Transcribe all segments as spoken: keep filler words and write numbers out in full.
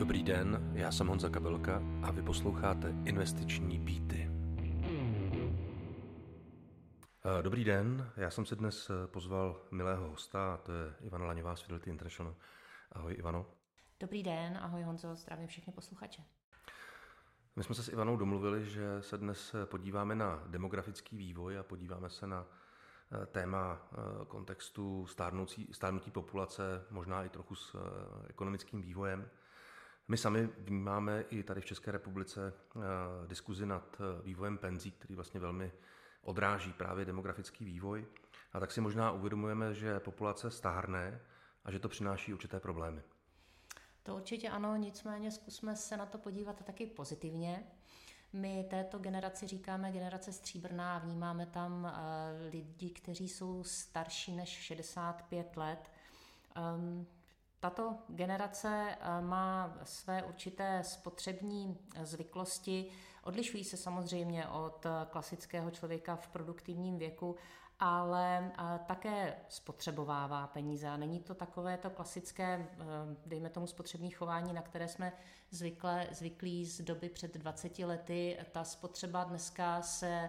Dobrý den, já jsem Honza Kabelka a vy posloucháte Investiční Beaty. Dobrý den, já jsem si dnes pozval milého hosta, a to je Ivana Laňová z Fidelity International. Ahoj Ivano. Dobrý den, ahoj Honzo, zdravím všechny posluchače. My jsme se s Ivanou domluvili, že se dnes podíváme na demografický vývoj a podíváme se na téma kontextu stárnoucí, stárnutí populace, možná i trochu s ekonomickým vývojem. My sami vnímáme i tady v České republice diskuzi nad vývojem penzí, který vlastně velmi odráží právě demografický vývoj. A tak si možná uvědomujeme, že populace stárne a že to přináší určité problémy. To určitě ano, nicméně zkusme se na to podívat taky pozitivně. My této generaci říkáme generace stříbrná a vnímáme tam lidi, kteří jsou starší než šedesát pět let. Tato generace má své určité spotřební zvyklosti, odlišují se samozřejmě od klasického člověka v produktivním věku, ale také spotřebovává peníze. A není to takové to klasické, dejme tomu, spotřební chování, na které jsme zvykle, zvyklí z doby před dvaceti lety. Ta spotřeba dneska se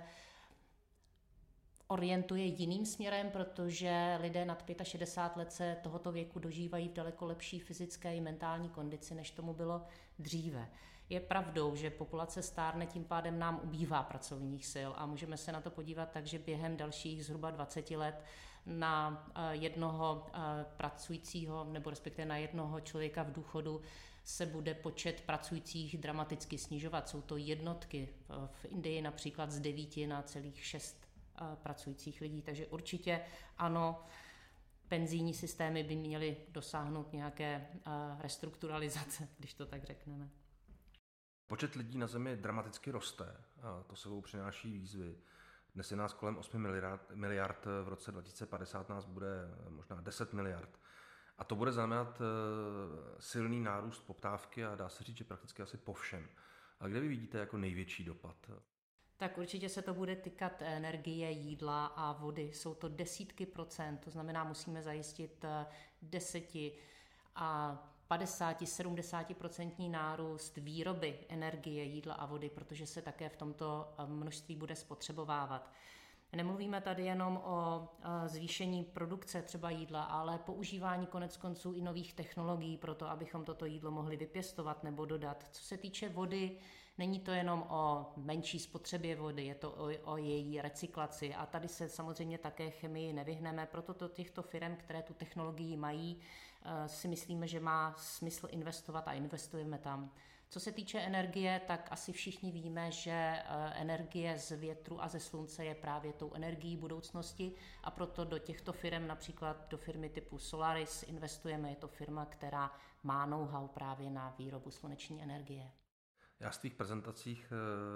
orientuje jiným směrem, protože lidé nad šedesát pět let se tohoto věku dožívají v daleko lepší fyzické i mentální kondici, než tomu bylo dříve. Je pravdou, že populace stárne, tím pádem nám ubývá pracovních sil a můžeme se na to podívat tak, že během dalších zhruba dvaceti let na jednoho pracujícího nebo respektive na jednoho člověka v důchodu se bude počet pracujících dramaticky snižovat. Jsou to jednotky, v Indii například z devíti na celých šest pracujících lidí, takže určitě ano, penzijní systémy by měly dosáhnout nějaké restrukturalizace, když to tak řekneme. Počet lidí na Zemi dramaticky roste a to sebou přináší výzvy. Dnes je nás kolem osm miliard, miliard, v roce dva tisíce padesát nás bude možná deset miliard. A to bude znamenat silný nárůst poptávky a dá se říct, že prakticky asi po všem. A kde vy vidíte jako největší dopad? Tak určitě se to bude týkat energie, jídla a vody. Jsou to desítky procent, to znamená, musíme zajistit deseti a padesát, sedmdesát procentní nárůst výroby energie, jídla a vody, protože se také v tomto množství bude spotřebovávat. Nemluvíme tady jenom o zvýšení produkce třeba jídla, ale používání konec konců i nových technologií pro to, abychom toto jídlo mohli vypěstovat nebo dodat. Co se týče vody, není to jenom o menší spotřebě vody, je to o, o její recyklaci a tady se samozřejmě také chemii nevyhneme, proto do těchto firm, které tu technologii mají, si myslíme, že má smysl investovat a investujeme tam. Co se týče energie, tak asi všichni víme, že energie z větru a ze slunce je právě tou energií budoucnosti a proto do těchto firm, například do firmy typu Solaris, investujeme. Je to firma, která má know-how právě na výrobu sluneční energie. Já z tvých prezentacích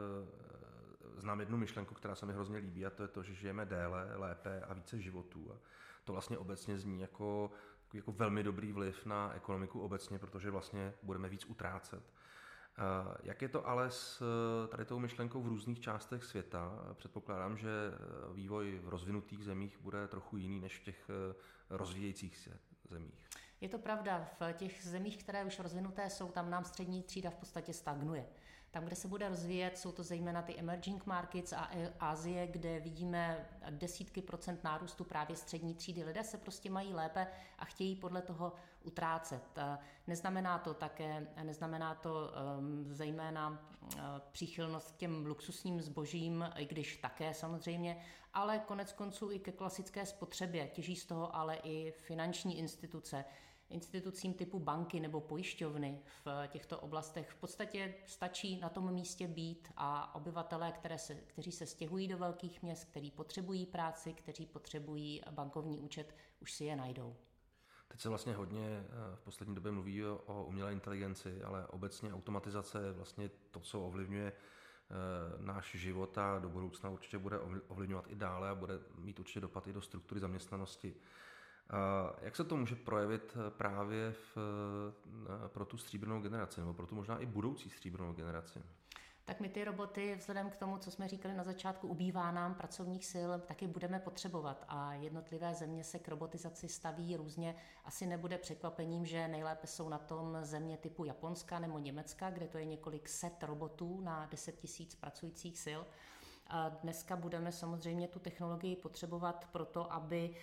e, znám jednu myšlenku, která se mi hrozně líbí, a to je to, že žijeme déle, lépe a více životů. A to vlastně obecně zní jako, jako velmi dobrý vliv na ekonomiku obecně, protože vlastně budeme víc utrácet. Jak je to ale s tady tou myšlenkou v různých částech světa? Předpokládám, že vývoj v rozvinutých zemích bude trochu jiný než v těch rozvíjejících se zemích. Je to pravda, v těch zemích, které už rozvinuté jsou, tam nám střední třída v podstatě stagnuje. Tam, kde se bude rozvíjet, jsou to zejména ty emerging markets a Asie, kde vidíme desítky procent nárůstu právě střední třídy. Lidé se prostě mají lépe a chtějí podle toho utrácet. Neznamená to také, neznamená to um, zejména uh, příchylnost k těm luxusním zbožím, i když také samozřejmě, ale konec konců i ke klasické spotřebě. Těží z toho ale i finanční instituce. Institucím typu banky nebo pojišťovny v těchto oblastech v podstatě stačí na tom místě být a obyvatelé, které se, kteří se stěhují do velkých měst, kteří potřebují práci, kteří potřebují bankovní účet, už si je najdou. Teď se vlastně hodně v poslední době mluví o umělé inteligenci, ale obecně automatizace je vlastně to, co ovlivňuje náš život a do budoucna určitě bude ovlivňovat i dále a bude mít určitě dopad i do struktury zaměstnanosti. Jak se to může projevit právě v, pro tu stříbrnou generaci, nebo pro tu možná i budoucí stříbrnou generaci? Tak my ty roboty, vzhledem k tomu, co jsme říkali na začátku, ubývá nám pracovních sil, taky budeme potřebovat a jednotlivé země se k robotizaci staví různě. Asi nebude překvapením, že nejlépe jsou na tom země typu Japonska nebo Německa, kde to je několik set robotů na deset tisíc pracujících sil. A dneska budeme samozřejmě tu technologii potřebovat proto, aby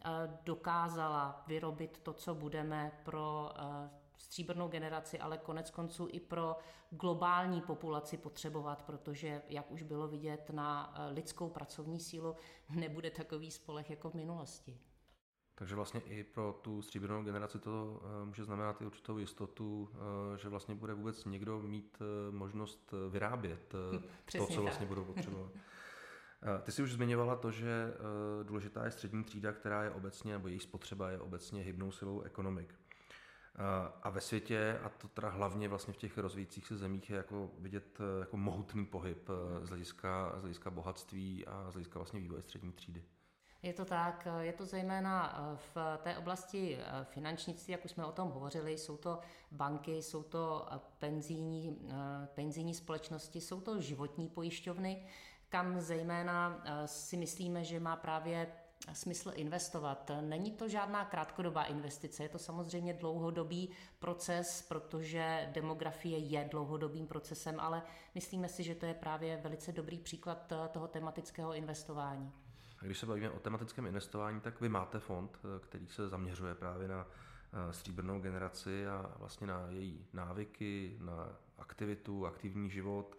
dokázala vyrobit to, co budeme pro stříbrnou generaci, ale konec konců i pro globální populaci potřebovat, protože, jak už bylo vidět, na lidskou pracovní sílu nebude takový spoleh jako v minulosti. Takže vlastně i pro tu stříbrnou generaci to může znamenat i určitou jistotu, že vlastně bude vůbec někdo mít možnost vyrábět to, co vlastně budou potřebovat. Ty jsi už zmiňovala to, že důležitá je střední třída, která je obecně, nebo její spotřeba je obecně hybnou silou ekonomik. A ve světě, a to teda hlavně vlastně v těch rozvíjících se zemích, je jako vidět jako mohutný pohyb z hlediska, z hlediska bohatství a z hlediska vlastně vývoje střední třídy. Je to tak, je to zejména v té oblasti finančnictví, jak už jsme o tom hovořili, jsou to banky, jsou to penzijní, penzijní společnosti, jsou to životní pojišťovny, kam zejména si myslíme, že má právě smysl investovat. Není to žádná krátkodobá investice, je to samozřejmě dlouhodobý proces, protože demografie je dlouhodobým procesem, ale myslíme si, že to je právě velice dobrý příklad toho tematického investování. A když se bavíme o tematickém investování, tak vy máte fond, který se zaměřuje právě na stříbrnou generaci a vlastně na její návyky, na aktivitu, aktivní život.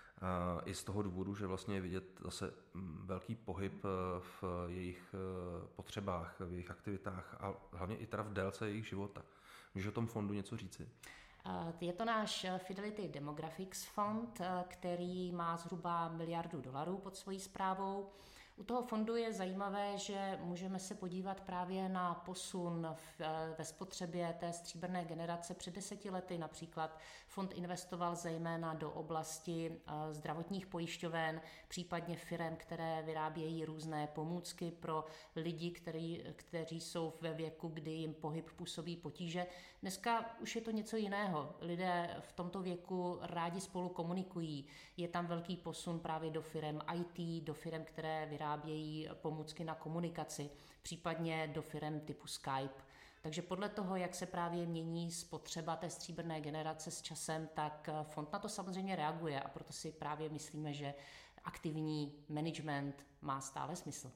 I z toho důvodu, že vlastně je vidět zase velký pohyb v jejich potřebách, v jejich aktivitách a hlavně i teda v délce jejich života. Můžeš o tom fondu něco říci? Je to náš Fidelity Demographics fond, který má zhruba miliardu dolarů pod svojí správou. U toho fondu je zajímavé, že můžeme se podívat právě na posun v, ve spotřebě té stříbrné generace. Před deseti lety například fond investoval zejména do oblasti zdravotních pojišťoven, případně firem, které vyrábějí různé pomůcky pro lidi, který, kteří jsou ve věku, kdy jim pohyb působí potíže. Dneska už je to něco jiného. Lidé v tomto věku rádi spolu komunikují. Je tam velký posun právě do firem í té, do firem, které vyrábějí pomůcky na komunikaci, případně do firem typu Skype. Takže podle toho, jak se právě mění spotřeba té stříbrné generace s časem, tak fond na to samozřejmě reaguje a proto si právě myslíme, že aktivní management má stále smysl.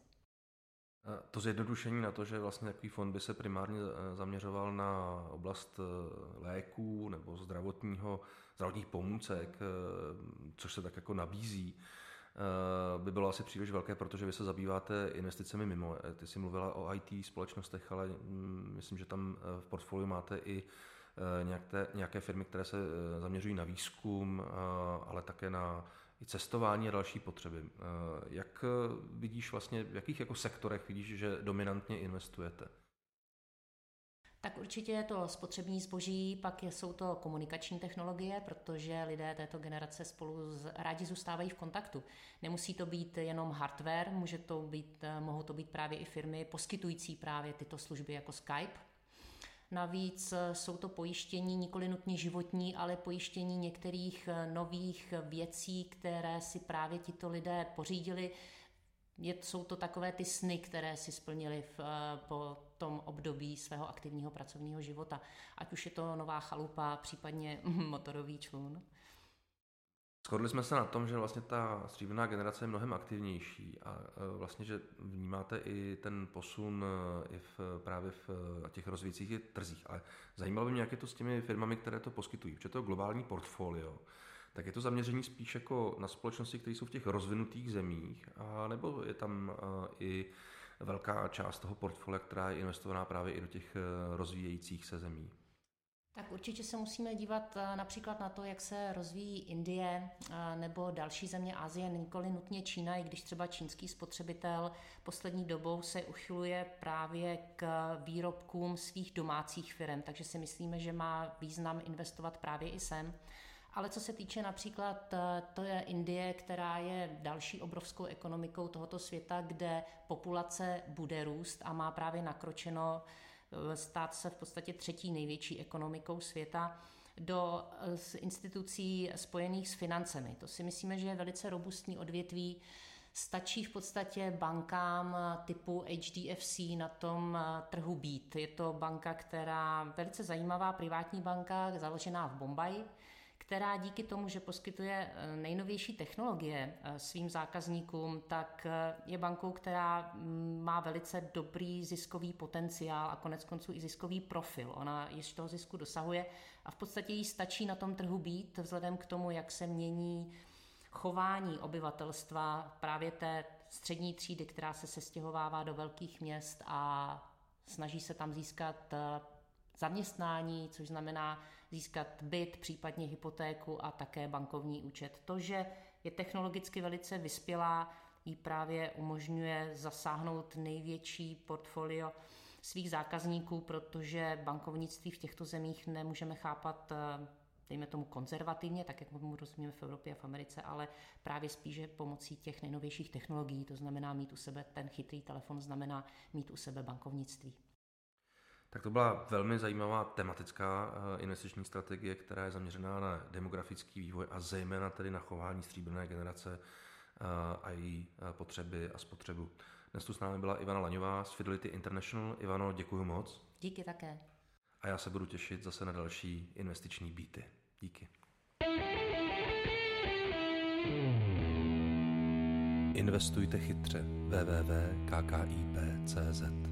To zjednodušení na to, že vlastně takový fond by se primárně zaměřoval na oblast léků nebo zdravotního, zdravotních pomůcek, což se tak jako nabízí, by bylo asi příliš velké, protože vy se zabýváte investicemi mimo. Ty jsi mluvila o í té společnostech, ale myslím, že tam v portfoliu máte i nějaké, nějaké firmy, které se zaměřují na výzkum, ale také na i cestování a další potřeby. Jak vidíš vlastně, v jakých jako sektorech vidíš, že dominantně investujete? Tak určitě je to spotřební zboží, pak jsou to komunikační technologie, protože lidé této generace spolu z, rádi zůstávají v kontaktu. Nemusí to být jenom hardware, může to být, mohou to být právě i firmy poskytující právě tyto služby jako Skype. Navíc jsou to pojištění nikoli nutně životní, ale pojištění některých nových věcí, které si právě tito lidé pořídili. Je, jsou to takové ty sny, které si splnili v, po tom období svého aktivního pracovního života. Ať už je to nová chalupa, případně motorový člun. Shodli jsme se na tom, že vlastně ta stříbrná generace je mnohem aktivnější a vlastně, že vnímáte i ten posun i v, právě v těch rozvíjících trzích. Ale zajímalo by mě, jak je to s těmi firmami, které to poskytují. Protože to je globální portfolio, tak je to zaměření spíš jako na společnosti, které jsou v těch rozvinutých zemích, a nebo je tam i velká část toho portfolia, která je investovaná právě i do těch rozvíjejících se zemí? Tak určitě se musíme dívat například na to, jak se rozvíjí Indie nebo další země Asie, nikoli nutně Čína, i když třeba čínský spotřebitel poslední dobou se uchyluje právě k výrobkům svých domácích firm, takže si myslíme, že má význam investovat právě i sem. Ale co se týče například, to je Indie, která je další obrovskou ekonomikou tohoto světa, kde populace bude růst a má právě nakročeno stát se v podstatě třetí největší ekonomikou světa. do institucí spojených s financemi. To si myslíme, že je velice robustní odvětví. Stačí v podstatě bankám typu H D F C na tom trhu být. Je to banka, která velice zajímavá privátní banka, založená v Bombaji, která díky tomu, že poskytuje nejnovější technologie svým zákazníkům, tak je bankou, která má velice dobrý ziskový potenciál a konec konců i ziskový profil. Ona již toho zisku dosahuje a v podstatě jí stačí na tom trhu být vzhledem k tomu, jak se mění chování obyvatelstva právě té střední třídy, která se sestěhovává do velkých měst a snaží se tam získat zaměstnání, což znamená získat byt, případně hypotéku a také bankovní účet. To, že je technologicky velice vyspělá, jí právě umožňuje zasáhnout největší portfolio svých zákazníků, protože bankovnictví v těchto zemích nemůžeme chápat, dejme tomu, konzervativně, tak jak mu rozumíme v Evropě a v Americe, ale právě spíše pomocí těch nejnovějších technologií, to znamená mít u sebe ten chytrý telefon, znamená mít u sebe bankovnictví. Tak to byla velmi zajímavá tematická investiční strategie, která je zaměřená na demografický vývoj a zejména tedy na chování stříbrné generace a její potřeby a spotřebu. Dnes tu s námi byla Ivana Laňová z Fidelity International. Ivano, děkuji moc. Díky také. A já se budu těšit zase na další investiční beaty. Díky. Investujte chytře. w w w tečka k k i p tečka c z